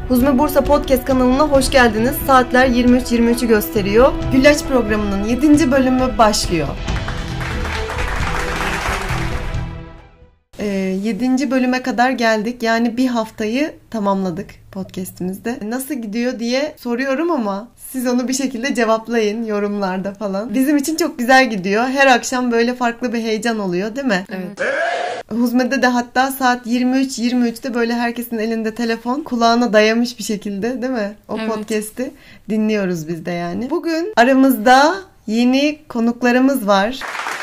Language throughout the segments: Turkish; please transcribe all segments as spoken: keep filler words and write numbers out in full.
Huzme Bursa Podcast kanalına hoş geldiniz. Saatler yirmi üç yirmi üçü gösteriyor. Güllaç programının yedinci bölümü başlıyor. Ee, yedinci bölüme kadar geldik. Yani bir haftayı tamamladık podcastimizde. Nasıl gidiyor diye soruyorum ama siz onu bir şekilde cevaplayın yorumlarda falan. Bizim için çok güzel gidiyor. Her akşam böyle farklı bir heyecan oluyor, değil mi? Evet. Huzme'de de hatta saat yirmi üç yirmi üçte böyle herkesin elinde telefon kulağına dayamış bir şekilde, değil mi? O Evet. podcast'i dinliyoruz biz de yani. Bugün aramızda yeni konuklarımız var.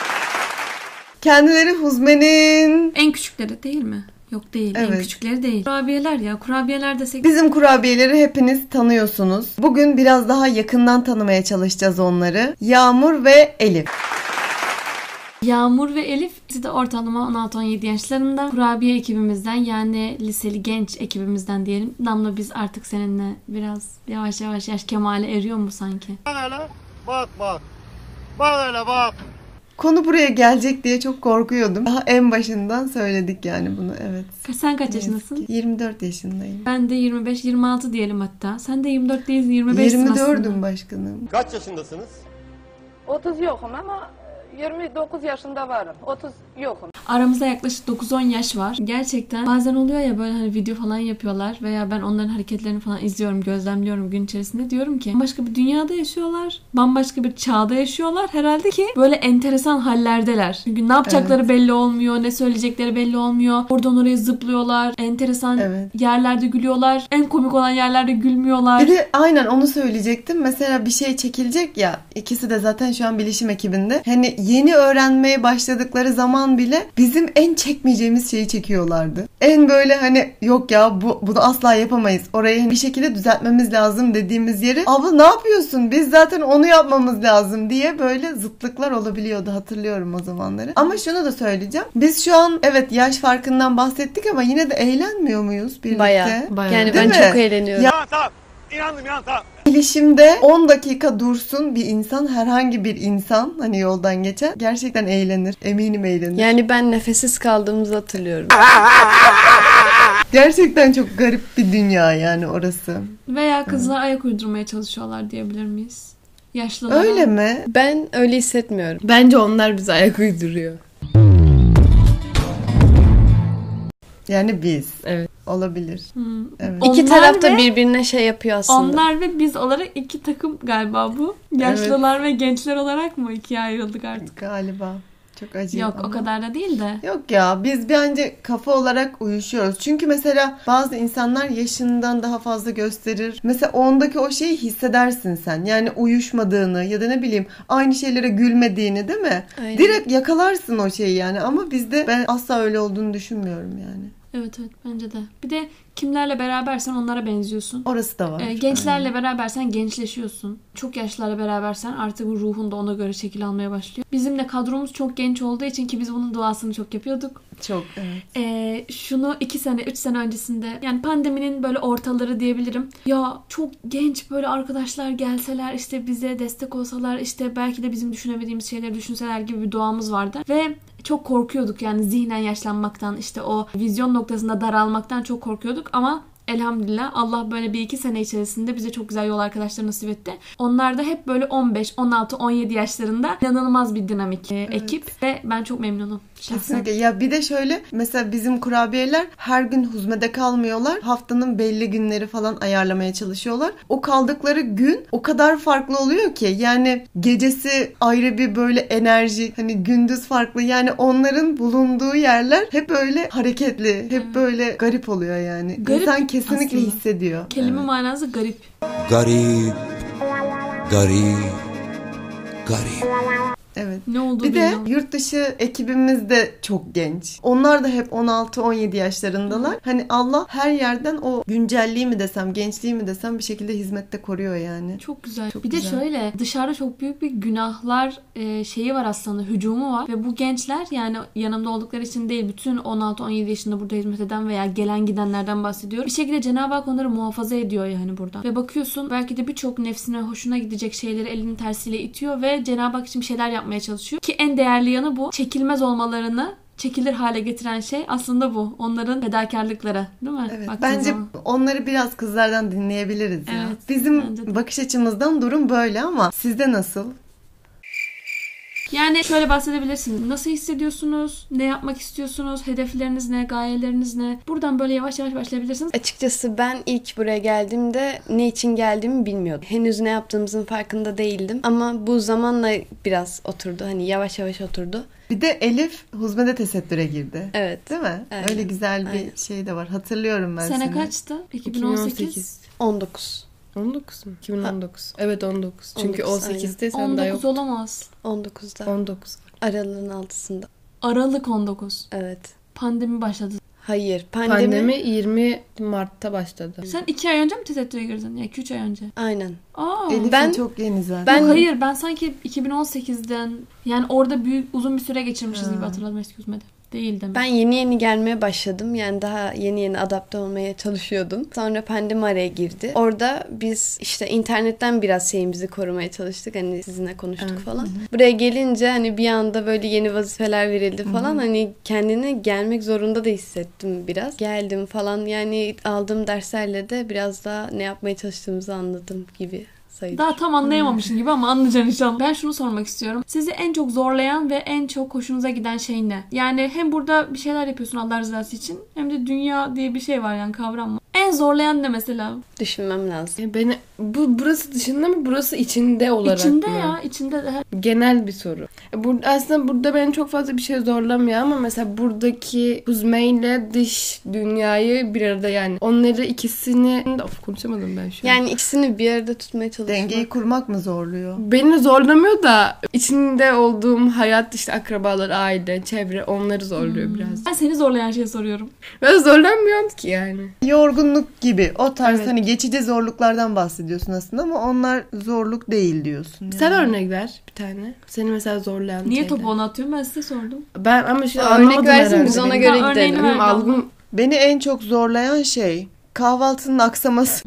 Kendileri Huzme'nin En küçükleri değil mi? Yok değil. Evet. En küçükleri değil. Kurabiyeler ya. Kurabiyeler desek. bizim kurabiyeleri hepiniz tanıyorsunuz. Bugün biraz daha yakından tanımaya çalışacağız onları. Yağmur ve Elif. Yağmur ve Elif ikisi de ortalama on altı on yedi yaşlarında. Kurabiye ekibimizden, yani liseli genç ekibimizden diyelim. Damla, biz artık seninle biraz yavaş yavaş yaş kemale eriyor mu sanki? Bak hele, bak bak. Bak hele bak. Konu buraya gelecek diye çok korkuyordum. Daha en başından söyledik yani bunu, evet. Sen kaç Ne yazık yaşındasın? ki. yirmi dört yaşındayım. Ben de yirmi beş yirmi altı diyelim hatta. Sen de yirmi dört değilsin, yirmi beşsin yirmi aslında. dördüm başkanım. Kaç yaşındasınız? otuz yokum ama yirmi dokuz yaşında varım. otuz yokum. Aramızda yaklaşık dokuz on yaş var. Gerçekten bazen oluyor ya, böyle hani video falan yapıyorlar veya ben onların hareketlerini falan izliyorum, gözlemliyorum gün içerisinde. Diyorum ki bambaşka bir dünyada yaşıyorlar. Bambaşka bir çağda yaşıyorlar. Herhalde ki böyle enteresan hallerdeler. Çünkü ne yapacakları Evet. belli olmuyor, ne söyleyecekleri belli olmuyor. Oradan oraya zıplıyorlar. Enteresan Evet. yerlerde gülüyorlar. En komik olan yerlerde gülmüyorlar. Bir de aynen onu söyleyecektim. Mesela bir şey çekilecek ya, ikisi de zaten şu an bilişim ekibinde. Hani yeni öğrenmeye başladıkları zaman bile bizim en çekmeyeceğimiz şeyi çekiyorlardı. En böyle hani yok ya bu bunu asla yapamayız. Orayı bir şekilde düzeltmemiz lazım dediğimiz yeri, abla ne yapıyorsun? Biz zaten onu yapmamız lazım diye böyle zıtlıklar olabiliyordu, hatırlıyorum o zamanları. Ama şunu da söyleyeceğim. Biz şu an evet yaş farkından bahsettik ama yine de eğlenmiyor muyuz birlikte? Bayağı. Bayağı. Yani Değil ben mi? çok eğleniyorum. Ya- Tamam tamam. İnandım ya tamam. Bilişimde on dakika dursun bir insan, herhangi bir insan hani yoldan geçer, gerçekten eğlenir. Eminim eğlenir. Yani ben nefessiz kaldığımızı hatırlıyorum. Gerçekten çok garip bir dünya yani orası. Veya kızlar ayak uydurmaya çalışıyorlar diyebilir miyiz? Yaşlılara. Öyle mi? Ben öyle hissetmiyorum. Bence onlar bize ayak uyduruyor. Yani biz. Evet. Olabilir. Hmm. Evet. İki Onlar taraf da ve- birbirine şey yapıyor aslında. Onlar ve biz olarak iki takım galiba bu. Yaşlılar ve gençler olarak mı ikiye ayrıldık artık? Galiba. Çok acı. Yok ama. o kadar da değil de. Yok ya, biz bence kafa olarak uyuşuyoruz. Çünkü mesela bazı insanlar yaşından daha fazla gösterir. Mesela ondaki o şeyi hissedersin sen. Yani uyuşmadığını ya da ne bileyim aynı şeylere gülmediğini, değil mi? Aynen. Direkt yakalarsın o şeyi yani. Ama bizde ben asla öyle olduğunu düşünmüyorum yani. Evet evet bence de. Bir de kimlerle berabersen onlara benziyorsun. Orası da var. Ee, gençlerle berabersen gençleşiyorsun. Çok yaşlılarla berabersen artık bu ruhun da ona göre şekil almaya başlıyor. Bizim de kadromuz çok genç olduğu için, ki biz bunun duasını çok yapıyorduk. Çok evet. Ee, şunu iki sene, üç sene öncesinde, yani pandeminin böyle ortaları diyebilirim. Ya çok genç böyle arkadaşlar gelseler, işte bize destek olsalar, işte belki de bizim düşünemediğimiz şeyleri düşünseler gibi bir duamız vardı. Ve çok korkuyorduk yani zihnen yaşlanmaktan, işte o vizyon noktasında daralmaktan çok korkuyorduk ama elhamdülillah Allah böyle bir iki sene içerisinde bize çok güzel yol arkadaşları nasip etti. Onlar da hep böyle on beş, on altı, on yedi yaşlarında, inanılmaz bir dinamik e, ekip ve ben çok memnunum şahsen. Kesinlikle. Ya bir de şöyle, mesela bizim kurabiyeler her gün huzmede kalmıyorlar. Haftanın belli günleri falan ayarlamaya çalışıyorlar. O kaldıkları gün o kadar farklı oluyor ki. Yani gecesi ayrı bir böyle enerji. Hani gündüz farklı. Yani onların bulunduğu yerler hep böyle hareketli. Hep Evet. böyle garip oluyor yani. Garip İnsan kesinlikle aslında. hissediyor. Kelime Evet. manası garip. Garip, garip, garip. Evet. Ne olduğu Bir de bilmiyorum. yurt dışı ekibimiz de çok genç. Onlar da hep on altı on yedi yaşlarındalar. Hani Allah her yerden o güncelliği mi desem, gençliği mi desem bir şekilde hizmette koruyor yani. Çok güzel. Çok bir güzel. de şöyle, dışarıda çok büyük bir günahlar e, şeyi var aslında, hücumu var ve bu gençler, yani yanımda oldukları için değil, bütün on altı on yedi yaşında burada hizmet eden veya gelen gidenlerden bahsediyorum. Bir şekilde Cenab-ı Hak onları muhafaza ediyor yani burada. Ve bakıyorsun belki de birçok nefsine hoşuna gidecek şeyleri elinin tersiyle itiyor ve Cenab-ı Hak için bir şeyler yapmaya çalışıyor. Ki en değerli yanı bu. Çekilmez olmalarını çekilir hale getiren şey aslında bu. Onların fedakarlıkları, değil mi? Evet, Baktığın bence zaman. onları biraz kızlardan dinleyebiliriz ya. Evet, Bizim bence de. bakış açımızdan durum böyle ama sizde nasıl? Yani şöyle bahsedebilirsin. Nasıl hissediyorsunuz? Ne yapmak istiyorsunuz? Hedefleriniz ne? Gayeleriniz ne? Buradan böyle yavaş yavaş başlayabilirsiniz. Açıkçası ben ilk buraya geldiğimde ne için geldiğimi bilmiyordum. Henüz ne yaptığımızın farkında değildim. Ama bu zamanla biraz oturdu. Hani yavaş yavaş oturdu. Bir de Elif huzmede tesettüre girdi. Evet. Değil mi? Aynen. Öyle güzel bir Aynen. şey de var. Hatırlıyorum ben Sene seni. kaçtı? iki bin on sekiz. on dokuz. on dokuz mu? iki bin on dokuz. Evet on dokuz. Çünkü on dokuz, on sekizde sen on daha dokuz yok. olamaz. on dokuzda. on dokuz. Aralığın altısında. Aralık on dokuz. Evet. Pandemi başladı. Hayır. Pandemi. Pandemi yirmi Mart'ta başladı. Sen iki ay önce mi tesettüre girdin? Ya iki üç ay önce. Aynen. Aa. Elif'in Ben- çok yeni zaten. Ben- Yok, hayır ben sanki iki bin on sekizden yani orada büyük uzun bir süre geçirmişiz Ha. gibi hatırladım eski hizmede. Değil demek. Ben yeni yeni gelmeye başladım. Yani daha yeni yeni adapte olmaya çalışıyordum. Sonra pandemi araya girdi. Orada biz işte internetten biraz şeyimizi korumaya çalıştık. Hani sizinle konuştuk Evet. falan. Buraya gelince hani bir anda böyle yeni vazifeler verildi falan. Hani kendini gelmek zorunda da hissettim biraz. Geldim falan. Yani aldığım derslerle de biraz daha ne yapmaya çalıştığımızı anladım gibi sayılır. Daha tam anlayamamışsın gibi ama anlayacaksın inşallah. Ben şunu sormak istiyorum. Sizi en çok zorlayan ve en çok hoşunuza giden şey ne? Yani hem burada bir şeyler yapıyorsun Allah rızası için hem de dünya diye bir şey var yani kavram var. En zorlayan ne mesela? Düşünmem lazım. Yani beni bu burası dışında mı burası içinde olarak İçinde mı? ya. içinde de. Genel bir soru. Bur aslında burada beni çok fazla bir şey zorlamıyor ama mesela buradaki Huzme ile dış dünyayı bir arada yani onları ikisini of konuşamadım ben şu an. Yani ikisini bir arada tutmaya çalışmak. Dengeyi kurmak mı zorluyor? Beni zorlamıyor da içinde olduğum hayat işte akrabalar, aile, çevre onları zorluyor biraz. Ben seni zorlayan şeyi soruyorum. Ben zorlanmıyorum ki yani. Yorgunluk gibi o tarz Evet. hani geçici zorluklardan bahsediyorsun aslında ama onlar zorluk değil diyorsun. Yani. Sen örnek ver bir tane. Seni mesela zorlayan Niye şeyler. topu ona atıyorsun? Ben size sordum. Ben ama şimdi Örnek anlamadım versin, herhalde biz ona beni. göre Ha, örneğini gidelim. ver. Benim algım Beni en çok zorlayan şey kahvaltının aksaması.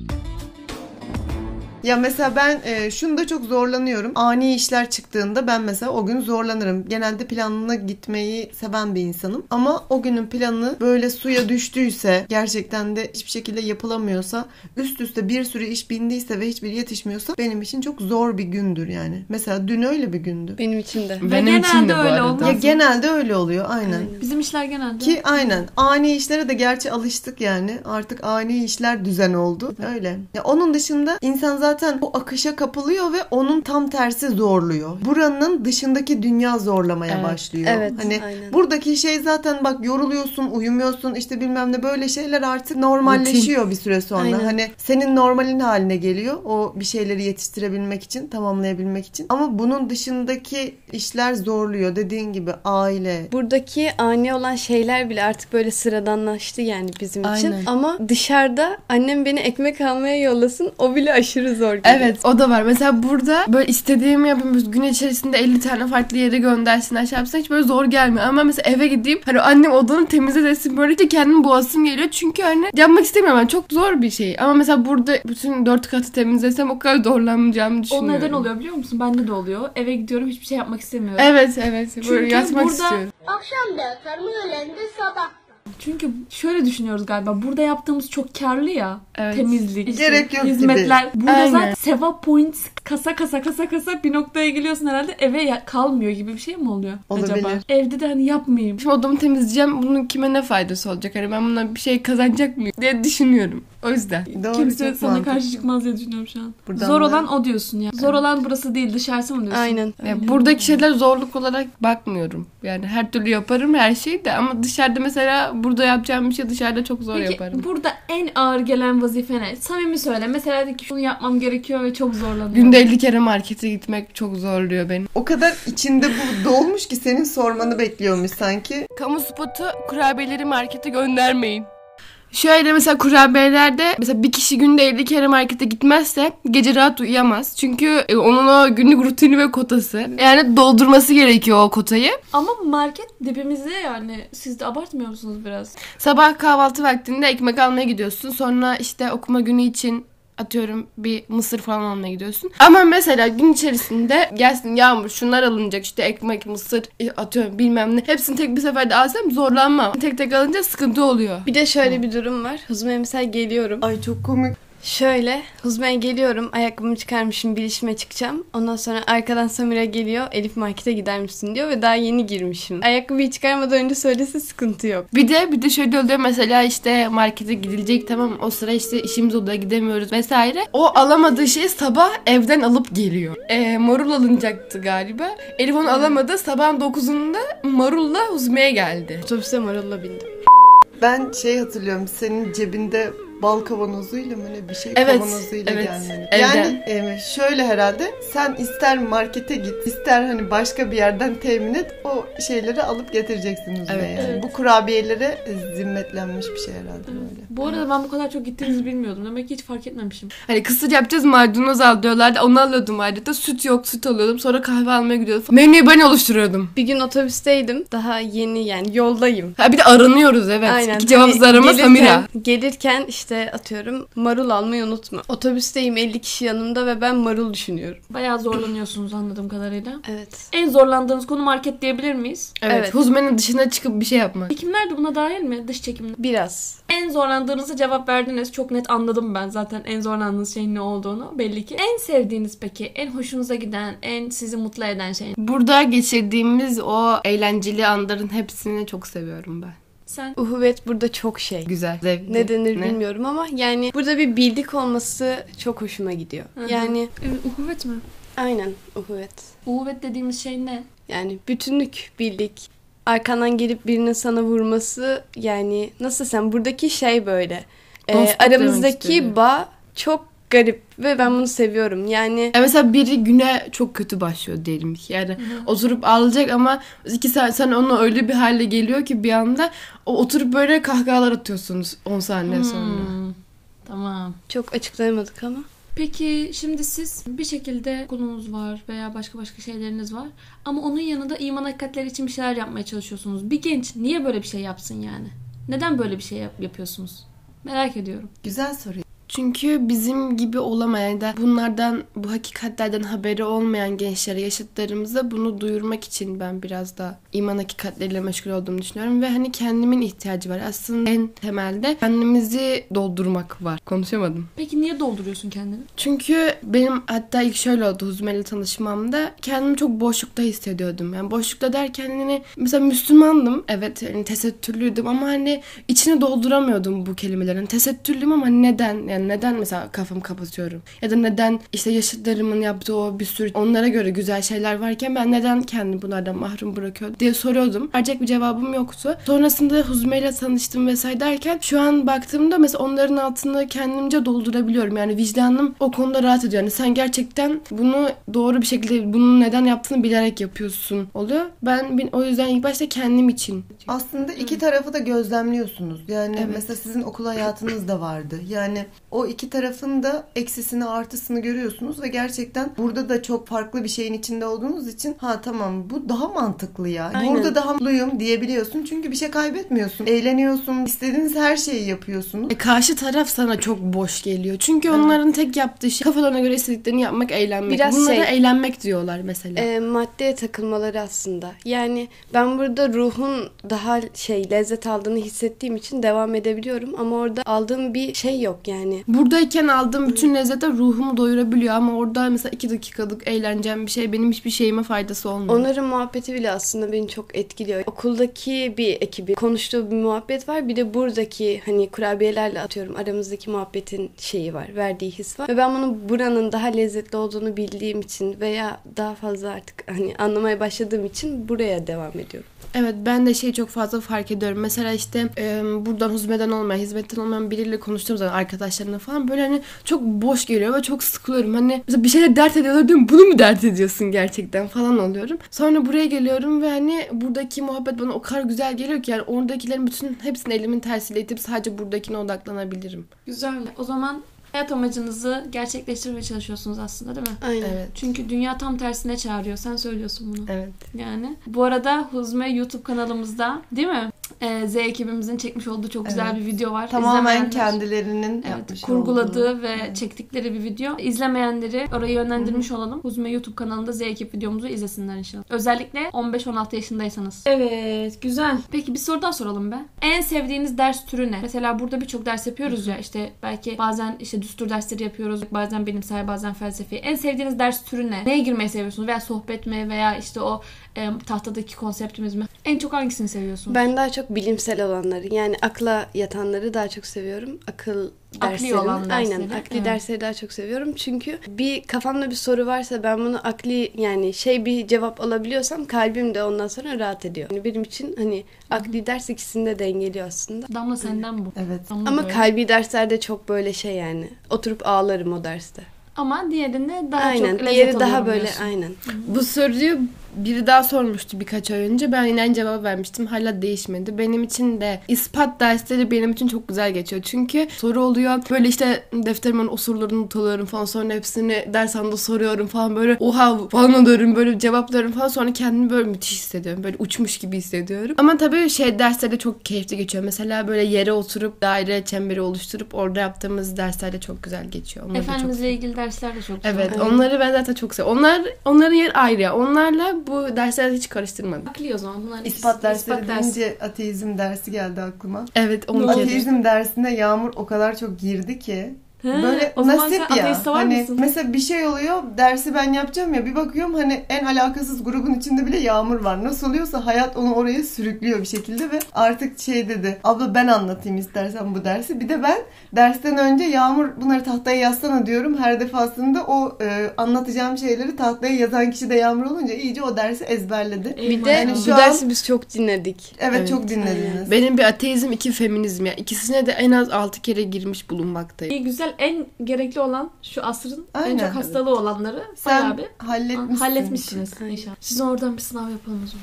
Ya mesela ben e, şunu da çok zorlanıyorum. Ani işler çıktığında ben mesela o gün zorlanırım. Genelde planına gitmeyi seven bir insanım. Ama o günün planı böyle suya düştüyse, gerçekten de hiçbir şekilde yapılamıyorsa, üst üste bir sürü iş bindiyse ve hiçbiri yetişmiyorsa benim için çok zor bir gündür yani. Mesela dün öyle bir gündü. Benim için de. benim genelde için de bu öyle arada. olmaz. Ya genelde öyle oluyor aynen. Bizim işler genelde. Ki aynen ani işlere de gerçi alıştık yani. Artık ani işler düzen oldu. Öyle. Ya onun dışında insan zaten o akışa kapılıyor ve onun tam tersi zorluyor. Buranın dışındaki dünya zorlamaya Evet. başlıyor. Evet, Hani aynen. buradaki şey zaten bak yoruluyorsun, uyumuyorsun, işte bilmem ne böyle şeyler artık normalleşiyor bir süre sonra. Aynen. Hani senin normalin haline geliyor. O bir şeyleri yetiştirebilmek için, tamamlayabilmek için. Ama bunun dışındaki işler zorluyor. Dediğin gibi aile. Buradaki ani olan şeyler bile artık böyle sıradanlaştı yani bizim için. Aynen. Ama dışarıda annem beni ekmek almaya yollasın, o bile aşırı zor geliyor. Evet o da var. Mesela burada böyle istediğimi yapayım. Gün içerisinde elli tane farklı yere göndersinler. Şey yapsın hiç böyle zor gelmiyor. Ama mesela eve gideyim. Hani annem odanı temizle desin. Böyle de kendimi boğasım geliyor. Çünkü hani yapmak istemiyorum. Yani çok zor bir şey. Ama mesela burada bütün dört katı temizlesem o kadar zorlanmayacağımı O düşünüyorum. neden oluyor biliyor musun? Bende de oluyor. Eve gidiyorum hiçbir şey yapmak istemiyorum. Evet evet. Böyle Çünkü yatmak burada- istiyorum. Akşam da yatarım, öğlen de sabah. Çünkü şöyle düşünüyoruz galiba. Burada yaptığımız çok karlı ya. Evet. Temizlik, işte, Gerek yok hizmetler. Burada Aynen. zaten sevap points kasa kasa kasa kasa bir noktaya geliyorsun herhalde. Eve ya- kalmıyor gibi bir şey mi oluyor Olabilir. acaba? Evde de hani yapmayayım. Şimdi odamı temizleyeceğim. Bunun kime ne faydası olacak? Hani ben bundan bir şey kazanacak mıyım diye düşünüyorum. O yüzden. Doğru, Kimse çok sana mantıklı. karşı çıkmaz diye düşünüyorum şu an. Buradan Zor da- olan o diyorsun ya. Zor olan burası değil, dışarısı mı diyorsun? Aynen. Ya buradaki şeyler zorluk olarak bakmıyorum. Yani her türlü yaparım her şeyi de ama dışarıda mesela burada yapacağım bir şey dışarıda çok zor Peki yaparım. burada en ağır gelen vazife ne? Samimi söyle. Mesela de ki şunu yapmam gerekiyor ve çok zorlanıyorum. Günde elli kere markete gitmek çok zorluyor beni. O kadar içinde bu dolmuş ki senin sormanı bekliyormuş sanki. Kamu spotu kurabiyeleri markete göndermeyin. Şöyle mesela kurabiyelerde mesela bir kişi günde elli kere markete gitmezse gece rahat uyuyamaz. Çünkü e, onun o günlük rutini ve kotası. Yani doldurması gerekiyor o kotayı. Ama market dibimizde yani. Siz de abartmıyor musunuz biraz? Sabah kahvaltı vaktinde ekmek almaya gidiyorsun. Sonra işte okuma günü için atıyorum bir mısır falan almaya gidiyorsun. Ama mesela gün içerisinde gelsin Yağmur şunlar alınacak işte ekmek, mısır atıyorum bilmem ne. Hepsini tek bir seferde alsam zorlanmam. Tek tek alınca sıkıntı oluyor. Bir de şöyle bir durum var. Huzme'ye mesela geliyorum. Ay çok komik. Şöyle Huzme'ye geliyorum. Ayakkabımı çıkarmışım. Bilişime çıkacağım. Ondan sonra arkadan Samira geliyor. Elif markete gider misin diyor ve daha yeni girmişim. Ayakkabıyı çıkarmadan önce söylese sıkıntı yok. Bir de bir de şöyle oluyor mesela işte markete gidilecek tamam o sıra işte işimiz oluyor gidemiyoruz vesaire. O alamadığı şeyi sabah evden alıp geliyor. E, marul alınacaktı galiba. Elif onu alamadı. Sabahın dokuzunda marulla Huzme'ye geldi. Otobüse marulla bindim. Ben şey hatırlıyorum, senin cebinde bal kavanozuyla mı öyle bir şey Evet, kavanozuyla evet, gelmeni. evden. Yani e, şöyle herhalde sen ister markete git ister hani başka bir yerden temin et o şeyleri alıp getireceksin Huzme'ye. Evet, Yani. evet. Bu kurabiyelere zimmetlenmiş bir şey herhalde böyle. Bu arada ben bu kadar çok gittiğinizi bilmiyordum. Demek ki hiç fark etmemişim. Hani kısır yapacağız maydanoz al diyorlardı. Onu alıyordum ayrıca. Süt yok süt alıyordum. Sonra kahve almaya gidiyordum. Menüyü ben oluşturuyordum. Bir gün otobüsteydim. Daha yeni yani yoldayım. Ha bir de aranıyoruz evet. Aynen. İki cevapsız arama gelirken, Samira. Gelirken işte atıyorum marul almayı unutma. Otobüsteyim elli kişi yanımda ve ben marul düşünüyorum. Bayağı zorlanıyorsunuz anladığım kadarıyla. Evet. En zorlandığınız konu market diyebilir miyiz? Evet. Evet. Huzme'nin dışına çıkıp bir şey yapmak. Çekimler de buna dahil mi? Dış çekimler. Biraz. En zorlandığınızı cevap verdiniz. Çok net anladım ben zaten en zorlandığınız şeyin ne olduğunu. Belli ki. En sevdiğiniz peki? En hoşunuza giden, en sizi mutlu eden şey? Burada geçirdiğimiz o eğlenceli anların hepsini çok seviyorum ben. Sen? Uhuvvet burada çok şey. Güzel, zevkli. Ne denir bilmiyorum ama yani burada bir birlik olması çok hoşuma gidiyor. Hı-hı. Yani Evet, uhuvvet mi? aynen uhuvvet. Uhuvvet dediğimiz şey ne? Yani bütünlük, birlik. Arkandan gelip birinin sana vurması yani nasıl sen buradaki şey böyle. Ee, Dostluk demek aramızdaki istiyorum. bağ çok garip ve ben bunu seviyorum. Yani Ya mesela biri güne çok kötü başlıyor diyelim ki. Yani Hı-hı. oturup ağlayacak ama iki saat sen ona öyle bir hale geliyor ki bir anda o oturup böyle kahkahalar atıyorsunuz on saniye sonra. Hmm, Tamam. çok açıklayamadık ama. Peki şimdi siz bir şekilde okulunuz var veya başka başka şeyleriniz var ama onun yanında iman hakikatleri için bir şeyler yapmaya çalışıyorsunuz. Bir genç niye böyle bir şey yapsın yani? Neden böyle bir şey yap- yapıyorsunuz? Merak ediyorum. Güzel soru. Çünkü bizim gibi olamayan da bunlardan, bu hakikatlerden haberi olmayan gençlere, yaşıtlarımıza bunu duyurmak için ben biraz da iman hakikatleriyle meşgul olduğumu düşünüyorum. Ve hani kendimin ihtiyacı var. Aslında en temelde kendimizi doldurmak var. Konuşamadım. Peki niye dolduruyorsun kendini? Çünkü benim hatta ilk şöyle oldu Huzme'yle tanışmamda. Kendimi çok boşlukta hissediyordum. Yani boşlukta derken hani mesela Müslümandım. Evet yani tesettürlüydüm ama hani içini dolduramıyordum bu kelimelerin. Tesettürlüyüm ama neden? Yani neden mesela kafamı kapatıyorum? Ya da neden işte yaşıtlarımın yaptığı o bir sürü onlara göre güzel şeyler varken ben neden kendimi bunlardan mahrum bırakıyorum diye soruyordum. Verecek bir cevabım yoktu. Sonrasında Huzme'yle tanıştım vesaire derken şu an baktığımda mesela onların altını kendimce doldurabiliyorum. Yani vicdanım o konuda rahat ediyor. Yani sen gerçekten bunu doğru bir şekilde bunu neden yaptığını bilerek yapıyorsun oluyor. Ben o yüzden ilk başta kendim için. Aslında iki tarafı da gözlemliyorsunuz. Yani Evet. mesela sizin okul hayatınız da vardı. Yani o iki tarafın da eksisini artısını görüyorsunuz ve gerçekten burada da çok farklı bir şeyin içinde olduğunuz için ha tamam bu daha mantıklı ya. Aynen. Burada daha mutluyum diyebiliyorsun. Çünkü bir şey kaybetmiyorsun. Eğleniyorsun. İstediğiniz her şeyi yapıyorsunuz. E, karşı taraf sana çok boş geliyor. Çünkü Evet. onların tek yaptığı şey kafalarına göre istediklerini yapmak, eğlenmek. Biraz Bunlara şey- eğlenmek diyorlar mesela. E, maddeye takılmaları aslında. Yani ben burada ruhun daha şey lezzet aldığını hissettiğim için devam edebiliyorum ama orada aldığım bir şey yok yani. Buradayken aldığım bütün lezzete ruhumu doyurabiliyor ama orada mesela iki dakikalık eğleneceğim bir şey benim hiçbir şeyime faydası olmuyor. Onların muhabbeti bile aslında beni çok etkiliyor. Okuldaki bir ekibi konuştuğu bir muhabbet var. Bir de buradaki hani kurabiyelerle atıyorum aramızdaki muhabbetin şeyi var. Verdiği his var. Ve ben bunu buranın daha lezzetli olduğunu bildiğim için veya daha fazla artık hani anlamaya başladığım için buraya devam ediyorum. Evet ben de şey çok fazla fark ediyorum. Mesela işte e, buradan huzmeden olmayan, hizmetten olmayan biriyle konuştuğum zaman arkadaşlarımla falan böyle hani çok boş geliyor ve çok sıkılıyorum. Hani mesela bir şeyler dert ediyorlar diyorum bunu mu dert ediyorsun gerçekten falan oluyorum. Sonra buraya geliyorum ve hani buradaki muhabbet bana o kadar güzel geliyor ki yani oradakilerin bütün hepsini elimin tersiyle itip sadece buradakine odaklanabilirim. Güzel. O zaman hayat amacınızı gerçekleştirmeye çalışıyorsunuz aslında değil mi? Aynen. Evet. Çünkü dünya tam tersine çağırıyor. Sen söylüyorsun bunu. Evet. Yani. Bu arada Huzme YouTube kanalımızda değil mi? Ee, Z ekibimizin çekmiş olduğu çok güzel Evet. bir video var. Tamamen İzlemeyenler- kendilerinin Evet, yapmış kurguladığı olduğu. ve çektikleri bir video. İzlemeyenleri oraya yönlendirmiş olalım. Huzme YouTube kanalında Z Ekip videomuzu izlesinler inşallah. Özellikle on beş on altı yaşındaysanız. Evet, güzel. Peki bir soru daha soralım be. En sevdiğiniz ders türü ne? Mesela burada birçok ders yapıyoruz ya. İşte belki bazen işte düstur dersleri yapıyoruz. Bazen bilimsel, bazen felsefi. En sevdiğiniz ders türü ne? Neye girmeyi seviyorsunuz? Veya sohbet mi? Veya işte o e, tahtadaki konseptimiz mi? En çok hangisini seviyorsunuz? Ben daha çok bilimsel olanları, yani akla yatanları daha çok seviyorum. Akıl Akli derslerini. olan dersleri, Aynen, akli evet. dersleri daha çok seviyorum. Çünkü bir kafamda bir soru varsa ben bunu akli, yani şey bir cevap alabiliyorsam kalbim de ondan sonra rahat ediyor. Yani benim için hani akli ders ikisini de dengeliyor aslında. Damla senden bu. Evet. Damla Ama böyle. kalbi derslerde çok böyle şey yani. Oturup ağlarım o derste. Ama diğerinde daha Aynen. çok lezzet Diğeri daha alıyorum böyle diyorsun. aynen. Bu soruyu biri daha sormuştu birkaç ay önce. Ben yine aynı cevap vermiştim. Hala değişmedi. Benim için de ispat dersleri benim için çok güzel geçiyor. Çünkü soru oluyor. Böyle işte defterimin o sorularını not alıyorum falan. Sonra hepsini dershanede soruyorum falan. Böyle oha falan oluyorum. Böyle cevaplıyorum falan. Sonra kendimi böyle müthiş hissediyorum. Böyle uçmuş gibi hissediyorum. Ama tabii şey dersleri çok keyifli geçiyor. Mesela böyle yere oturup daire çemberi oluşturup orada yaptığımız dersler de çok güzel geçiyor. Onları da çok Efendimizle ilgili dersler de çok güzel. Evet, onları ben zaten çok seviyorum. Onlar, onların yer ayrı ya. Onlarla bu dersleri hiç karıştırmadım. Akli o zaman. Bunlar İspat dersleri ispat dersi. deyince ateizm dersi geldi aklıma. Evet, onu kere. Ateizm dersine Yağmur o kadar çok girdi ki. He, Böyle o zaman nasip sen ya. ateist var Hani mısın? mesela bir şey oluyor, dersi ben yapacağım ya, bir bakıyorum hani en alakasız grubun içinde bile Yağmur var. Nasıl oluyorsa hayat onu oraya sürüklüyor bir şekilde ve artık şey dedi. Abla ben anlatayım istersen bu dersi. Bir de ben dersten önce Yağmur bunları tahtaya yazsana diyorum. Her defasında o e, anlatacağım şeyleri tahtaya yazan kişi de Yağmur olunca iyice o dersi ezberledi. Bir de Yani bu şu an- dersi biz çok dinledik. Evet, Evet. çok dinlediniz. Benim bir ateizm, iki feminizm ya. İkisine de en az altı kere girmiş bulunmaktayım. İyi güzel, en gerekli olan şu asrın en Aynen. çok hastalığı olanları bayağı Sen bir halletmişsin. halletmişsiniz inşallah. Sizin oradan bir sınav yapalım o zaman.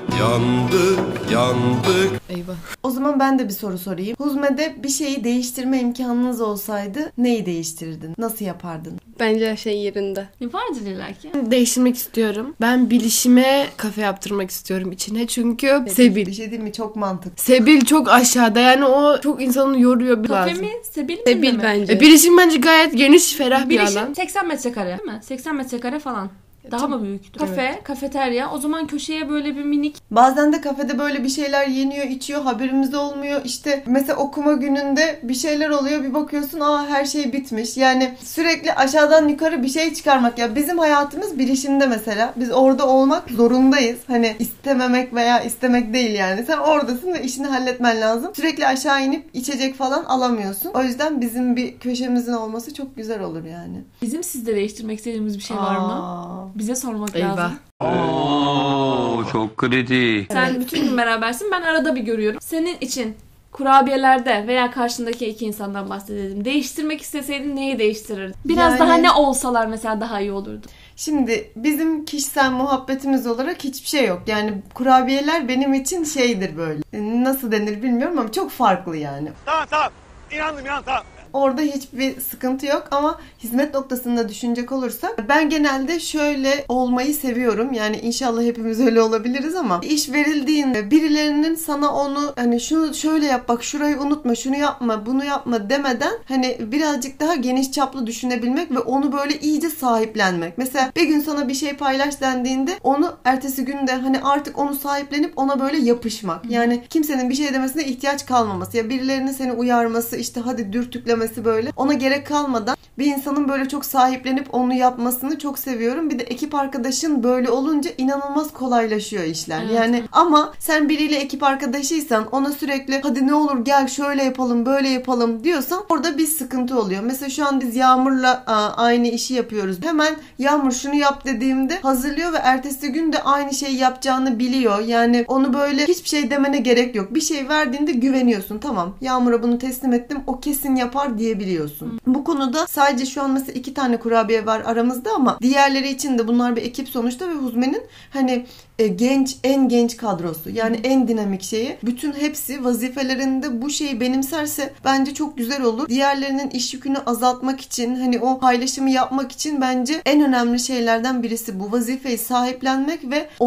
Yandık, yandık. Eyvah. O zaman ben de bir soru sorayım. Huzme'de bir şeyi değiştirme imkanınız olsaydı neyi değiştirirdin? Nasıl yapardın? Bence her şey yerinde. E, vardır illaki. Değiştirmek istiyorum. Ben bilişime kafe yaptırmak istiyorum içine. Çünkü Bir Sebil. şey değil mi? Çok mantıklı. Sebil çok aşağıda. Yani o çok insanı yoruyor. Kafe Lazım. mi? Sebil mi? Sebil mi? bence. E, bilişim bence gayet geniş, ferah bir alan. Bilişim seksen metrekare değil mi? seksen metrekare falan. Daha mı büyüktü? Kafe, kafeterya. O zaman köşeye böyle bir minik Bazen de kafede böyle bir şeyler yeniyor, içiyor, haberimiz olmuyor. İşte mesela okuma gününde bir şeyler oluyor, bir bakıyorsun aa her şey bitmiş. Yani sürekli aşağıdan yukarı bir şey çıkarmak. Ya bizim hayatımız bilişimde mesela. Biz orada olmak zorundayız. Hani istememek veya istemek değil yani. Sen oradasın ve işini halletmen lazım. Sürekli aşağı inip içecek falan alamıyorsun. O yüzden bizim bir köşemizin olması çok güzel olur yani. bizim sizde değiştirmek istediğimiz bir şey var mı? Aa. Bize sormak Eyvah. lazım. Oo, çok kritik. Sen bütün gün berabersin. Ben arada bir görüyorum. Senin için kurabiyelerde veya karşındaki iki insandan bahsedelim. Değiştirmek isteseydin neyi değiştirirdin? Biraz Yani- daha ne olsalar mesela daha iyi olurdu. Şimdi bizim kişisel muhabbetimiz olarak hiçbir şey yok. Yani kurabiyeler benim için şeydir böyle. Nasıl denir bilmiyorum ama çok farklı yani. Tamam tamam. İnandım inandım tamam. Orada hiçbir sıkıntı yok ama hizmet noktasında düşünecek olursak ben genelde şöyle olmayı seviyorum. Yani inşallah hepimiz öyle olabiliriz ama iş verildiğinde birilerinin sana onu hani şunu şöyle yap bak şurayı unutma şunu yapma bunu yapma demeden hani birazcık daha geniş çaplı düşünebilmek ve onu böyle iyice sahiplenmek. Mesela bir gün sana bir şey paylaş dendiğinde onu ertesi günde hani artık onu sahiplenip ona böyle yapışmak. Yani kimsenin bir şey demesine ihtiyaç kalmaması ya birilerinin seni uyarması işte hadi dürtüklemesi böyle ona gerek kalmadan bir insanın böyle çok sahiplenip onu yapmasını çok seviyorum. Bir de ekip arkadaşın böyle olunca inanılmaz kolaylaşıyor işler. Evet. Yani ama sen biriyle ekip arkadaşıysan ona sürekli hadi ne olur gel şöyle yapalım böyle yapalım diyorsan orada bir sıkıntı oluyor. Mesela şu an biz Yağmur'la a, aynı işi yapıyoruz. Hemen Yağmur şunu yap dediğimde hazırlıyor ve ertesi gün de aynı şeyi yapacağını biliyor. Yani onu böyle hiçbir şey demene gerek yok. Bir şey verdiğinde güveniyorsun. Tamam Yağmur'a bunu teslim ettim. O kesin yapar diyebiliyorsun. Bu konuda sadece şu an mesela iki tane kurabiye var aramızda ama diğerleri için de bunlar bir ekip sonuçta ve Huzme'nin hani e, genç en genç kadrosu. Yani en dinamik şeyi. Bütün hepsi vazifelerinde bu şeyi benimserse bence çok güzel olur. Diğerlerinin iş yükünü azaltmak için hani o paylaşımı yapmak için bence en önemli şeylerden birisi bu. Vazifeyi sahiplenmek ve ona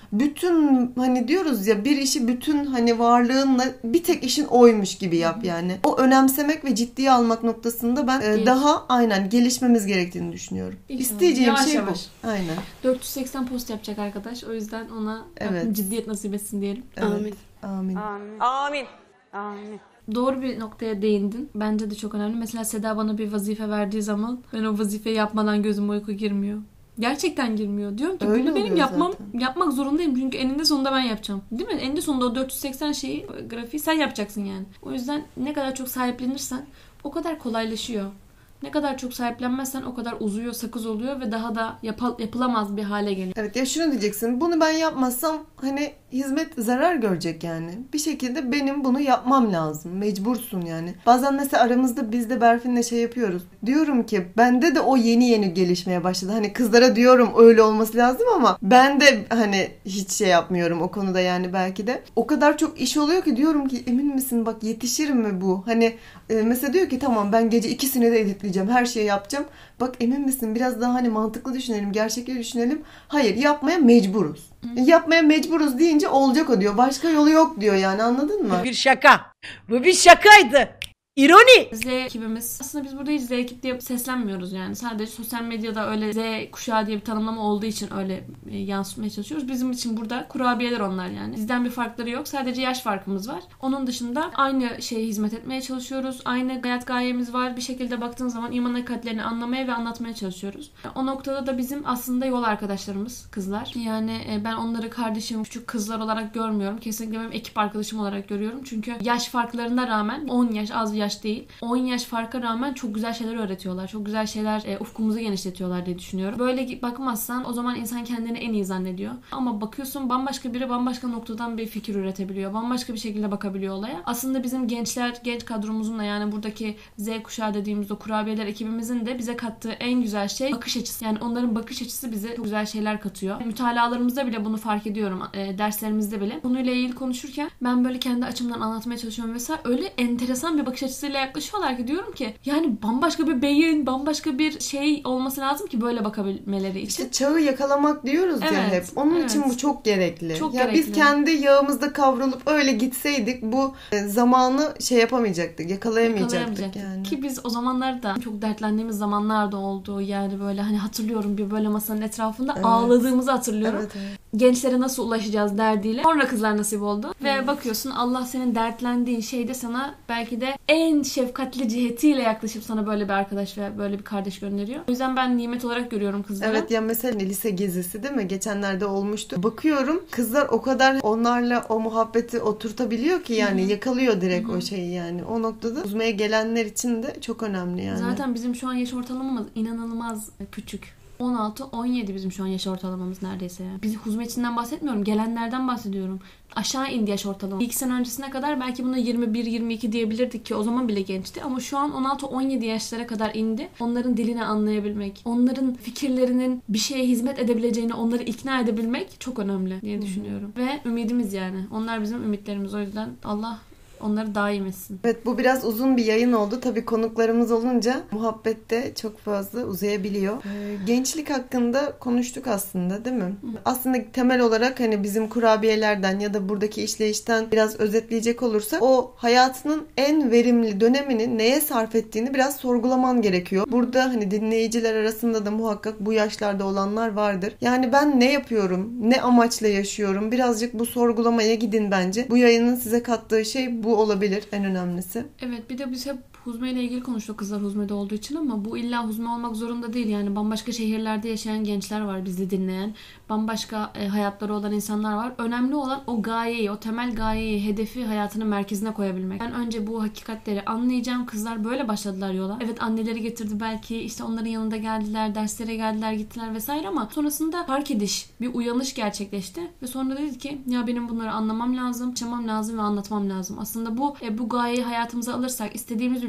bütün hani diyoruz ya bir işi bütün hani varlığınla bir tek işin oymuş gibi yap yani. O önemsemek ve ciddiye almak noktasında ben e, daha aynen gelişmemiz gerektiğini düşünüyorum. İnşallah. İsteyeceğim yavaş şey yavaş. Bu. Aynen. dört yüz seksen post yapacak arkadaş. O yüzden ona evet. ciddiyet nasip etsin diyelim. Evet. Amin. Amin. Amin. Amin. Amin. Doğru bir noktaya değindin. Bence de çok önemli. Mesela Seda bana bir vazife verdiği zaman ben o vazifeyi yapmadan gözüme uyku girmiyor. Gerçekten girmiyor. Diyorum ki öyle bunu benim yapmam zaten. Yapmak zorundayım. Çünkü eninde sonunda ben yapacağım. Değil mi? Eninde sonunda o dört yüz seksen şeyi, grafiği sen yapacaksın yani. O yüzden ne kadar çok sahiplenirsen o kadar kolaylaşıyor. Ne kadar çok sahiplenmezsen o kadar uzuyor, sakız oluyor ve daha da yapal- yapılamaz bir hale geliyor. Evet ya şunu diyeceksin. Bunu ben yapmazsam hani hizmet zarar görecek yani. Bir şekilde benim bunu yapmam lazım. Mecbursun yani. Bazen mesela aramızda biz de Berfin'le şey yapıyoruz. Diyorum ki bende de o yeni yeni gelişmeye başladı. Hani kızlara diyorum öyle olması lazım ama ben de hani hiç şey yapmıyorum o konuda yani belki de. O kadar çok iş oluyor ki diyorum ki emin misin bak yetişir mi bu? Hani e, mesela diyor ki tamam ben gece ikisini de editleyeceğim. Her şeyi yapacağım. Bak emin misin biraz daha hani mantıklı düşünelim, gerçekleri düşünelim. Hayır yapmaya mecburuz. Hı. Yapmaya mecburuz deyince olacak o diyor. Başka yolu yok diyor yani anladın mı? Bu bir şaka. Bu bir şakaydı. İroni. Z ekibimiz. Aslında biz burada hiç Z ekip diye seslenmiyoruz yani. Sadece sosyal medyada öyle Z kuşağı diye bir tanımlama olduğu için öyle yansıtmaya çalışıyoruz. Bizim için burada kurabiyeler onlar yani. Bizden bir farkları yok. Sadece yaş farkımız var. Onun dışında aynı şeye hizmet etmeye çalışıyoruz. Aynı hayat gayemiz var. Bir şekilde baktığın zaman iman hakikatlerini anlamaya ve anlatmaya çalışıyoruz. O noktada da bizim aslında yol arkadaşlarımız kızlar. Yani ben onları kardeşim, küçük kızlar olarak görmüyorum. Kesinlikle benim ekip arkadaşım olarak görüyorum. Çünkü yaş farklarına rağmen on yaş az bir yaş değil. on yaş farka rağmen çok güzel şeyler öğretiyorlar. Çok güzel şeyler e, ufkumuzu genişletiyorlar diye düşünüyorum. Böyle bakmazsan o zaman insan kendini en iyi zannediyor. Ama bakıyorsun bambaşka biri bambaşka noktadan bir fikir üretebiliyor. Bambaşka bir şekilde bakabiliyor olaya. Aslında bizim gençler, genç kadromuzun da yani buradaki Z kuşağı dediğimiz o kurabiyeler ekibimizin de bize kattığı en güzel şey bakış açısı. Yani onların bakış açısı bize çok güzel şeyler katıyor. Mütalalarımızda bile bunu fark ediyorum. E, derslerimizde bile. Konuyla ilgili konuşurken ben böyle kendi açımdan anlatmaya çalışıyorum vesaire. Öyle enteresan bir bakış açısı yaklaşıyorlar ki diyorum ki yani bambaşka bir beyin, bambaşka bir şey olması lazım ki böyle bakabilmeleri için. İşte çağı yakalamak diyoruz evet, ya hep. Onun evet. için bu çok gerekli. Çok ya gerekli. Biz kendi yağımızda kavrulup öyle gitseydik bu zamanı şey yapamayacaktık, yakalayamayacaktık, yakalayamayacaktık yani. Ki biz o zamanlarda çok dertlendiğimiz zamanlar da oldu. Yani böyle hani hatırlıyorum bir böyle masanın etrafında evet. ağladığımızı hatırlıyorum. Evet, evet. Gençlere nasıl ulaşacağız derdiyle. Sonra kızlar nasip oldu. Evet. Ve bakıyorsun Allah senin dertlendiğin şeyde sana belki de en şefkatli cihetiyle yaklaşıp sana böyle bir arkadaş ve böyle bir kardeş gönderiyor. O yüzden ben nimet olarak görüyorum kızları. Evet ya mesela lise gezisi değil mi? Geçenlerde olmuştu. Bakıyorum kızlar o kadar onlarla o muhabbeti oturtabiliyor ki yani Hı-hı. yakalıyor direkt Hı-hı. o şeyi yani. O noktada uzmaya gelenler için de çok önemli yani. Zaten bizim şu an yaş ortalamamız inanılmaz küçük. on altı on yedi bizim şu an yaş ortalamamız neredeyse ya. Biz huzmetinden bahsetmiyorum. Gelenlerden bahsediyorum. Aşağı indi yaş ortalama. İki sene öncesine kadar belki buna yirmi bir yirmi iki diyebilirdik ki o zaman bile gençti. Ama şu an on altı on yedi yaşlara kadar indi. Onların dilini anlayabilmek, onların fikirlerinin bir şeye hizmet edebileceğini onları ikna edebilmek çok önemli diye düşünüyorum. Hı-hı. Ve ümidimiz yani. Onlar bizim ümitlerimiz. O yüzden Allah onları daim etsin. Evet bu biraz uzun bir yayın oldu. Tabii konuklarımız olunca muhabbet de çok fazla uzayabiliyor. Ee, gençlik hakkında konuştuk aslında değil mi? Hı. Aslında temel olarak hani bizim kurabiyelerden ya da buradaki işleyişten biraz özetleyecek olursak o hayatının en verimli dönemini neye sarf ettiğini biraz sorgulaman gerekiyor. Burada hani dinleyiciler arasında da muhakkak bu yaşlarda olanlar vardır. Yani ben ne yapıyorum? Ne amaçla yaşıyorum? Birazcık bu sorgulamaya gidin bence. Bu yayının size kattığı şey bu. Bu olabilir en önemlisi. Evet bir de biz hep huzme ile ilgili konuştuk kızlar huzmede olduğu için ama bu illa huzme olmak zorunda değil. Yani bambaşka şehirlerde yaşayan gençler var bizi dinleyen. Bambaşka e, hayatları olan insanlar var. Önemli olan o gayeyi, o temel gayeyi, hedefi hayatının merkezine koyabilmek. Ben önce bu hakikatleri anlayacağım. Kızlar böyle başladılar yola. Evet anneleri getirdi belki işte onların yanında geldiler, derslere geldiler, gittiler vesaire ama sonrasında fark ediş, bir uyanış gerçekleşti. Ve sonra dedi ki ya benim bunları anlamam lazım, yaşamam lazım ve anlatmam lazım. Aslında bu e, bu gayeyi hayatımıza alırsak istediğimiz ülke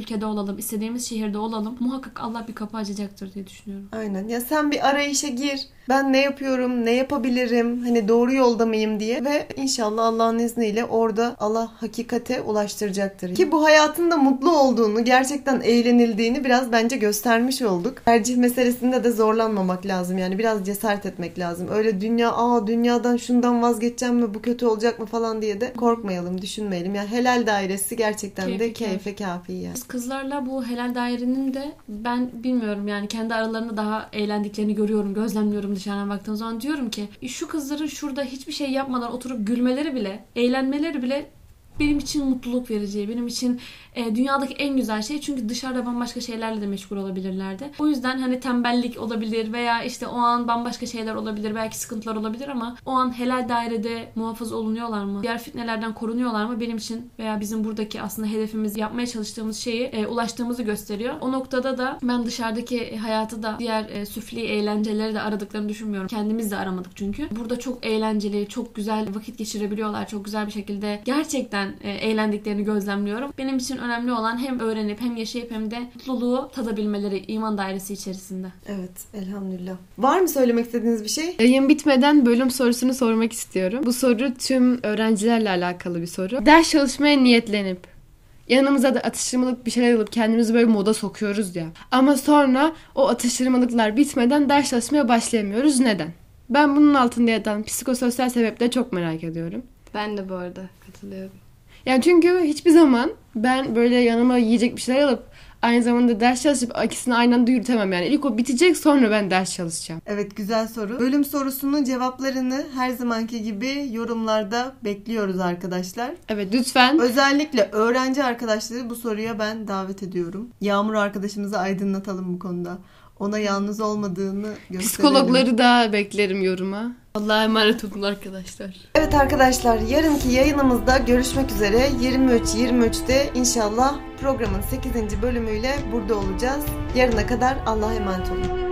ülkede olalım, istediğimiz şehirde olalım. Muhakkak Allah bir kapı açacaktır diye düşünüyorum. Aynen. Ya sen bir arayışa gir. Ben ne yapıyorum, ne yapabilirim, hani doğru yolda mıyım diye ve inşallah Allah'ın izniyle orada Allah hakikate ulaştıracaktır. Ki bu hayatın da mutlu olduğunu, gerçekten eğlenildiğini biraz bence göstermiş olduk. Tercih meselesinde de zorlanmamak lazım. Yani biraz cesaret etmek lazım. Öyle dünya, aa dünyadan şundan vazgeçeceğim mi, bu kötü olacak mı falan diye de korkmayalım, düşünmeyelim. Yani helal dairesi gerçekten Keyfe de keyfe kafi yani. Biz kızlarla bu helal dairenin de ben bilmiyorum yani kendi aralarında daha eğlendiklerini görüyorum, gözlemliyorum dışarıdan baktığım zaman. Diyorum ki şu kızların şurada hiçbir şey yapmadan oturup gülmeleri bile, eğlenmeleri bile benim için mutluluk verici, benim için e, dünyadaki en güzel şey. Çünkü dışarıda bambaşka şeylerle de meşgul olabilirlerdi. O yüzden hani tembellik olabilir veya işte o an bambaşka şeyler olabilir, belki sıkıntılar olabilir ama o an helal dairede muhafaza olunuyorlar mı? Diğer fitnelerden korunuyorlar mı? Benim için veya bizim buradaki aslında hedefimiz, yapmaya çalıştığımız şeyi e, ulaştığımızı gösteriyor. O noktada da ben dışarıdaki hayatı da, diğer e, süfli eğlenceleri de aradıklarını düşünmüyorum. Kendimiz de aramadık çünkü. Burada çok eğlenceli, çok güzel vakit geçirebiliyorlar. Çok güzel bir şekilde gerçekten e, eğlendiklerini gözlemliyorum. Benim için önemli olan hem öğrenip hem yaşayıp hem de mutluluğu tadabilmeleri iman dairesi içerisinde. Evet, elhamdülillah. Var mı söylemek istediğiniz bir şey? Yayın bitmeden bölüm sorusunu sormak istiyorum. Bu soru tüm öğrencilerle alakalı bir soru. Ders çalışmaya niyetlenip yanımıza da atıştırmalık bir şeyler alıp kendimizi böyle moda sokuyoruz ya. Ama sonra o atıştırmalıklar bitmeden ders çalışmaya başlayamıyoruz. Neden? Ben bunun altında yatan psikososyal sebepleri çok merak ediyorum. Ben de bu arada katılıyorum. Yani çünkü hiçbir zaman ben böyle yanıma yiyecek bir şeyler alıp aynı zamanda ders çalışıp ikisini aynı anda yürütemem yani. İlk o bitecek, sonra ben ders çalışacağım. Evet, güzel soru. Bölüm sorusunun cevaplarını her zamanki gibi yorumlarda bekliyoruz arkadaşlar. Evet, lütfen. Özellikle öğrenci arkadaşları bu soruya ben davet ediyorum. Yağmur arkadaşımızı aydınlatalım bu konuda. Ona yalnız olmadığını gösterelim. Psikologları da beklerim yoruma. Allah'a emanet olun arkadaşlar. Evet arkadaşlar, yarınki yayınımızda görüşmek üzere. yirmi üç yirmi üçte inşallah programın sekizinci bölümüyle burada olacağız. Yarına kadar Allah'a emanet olun.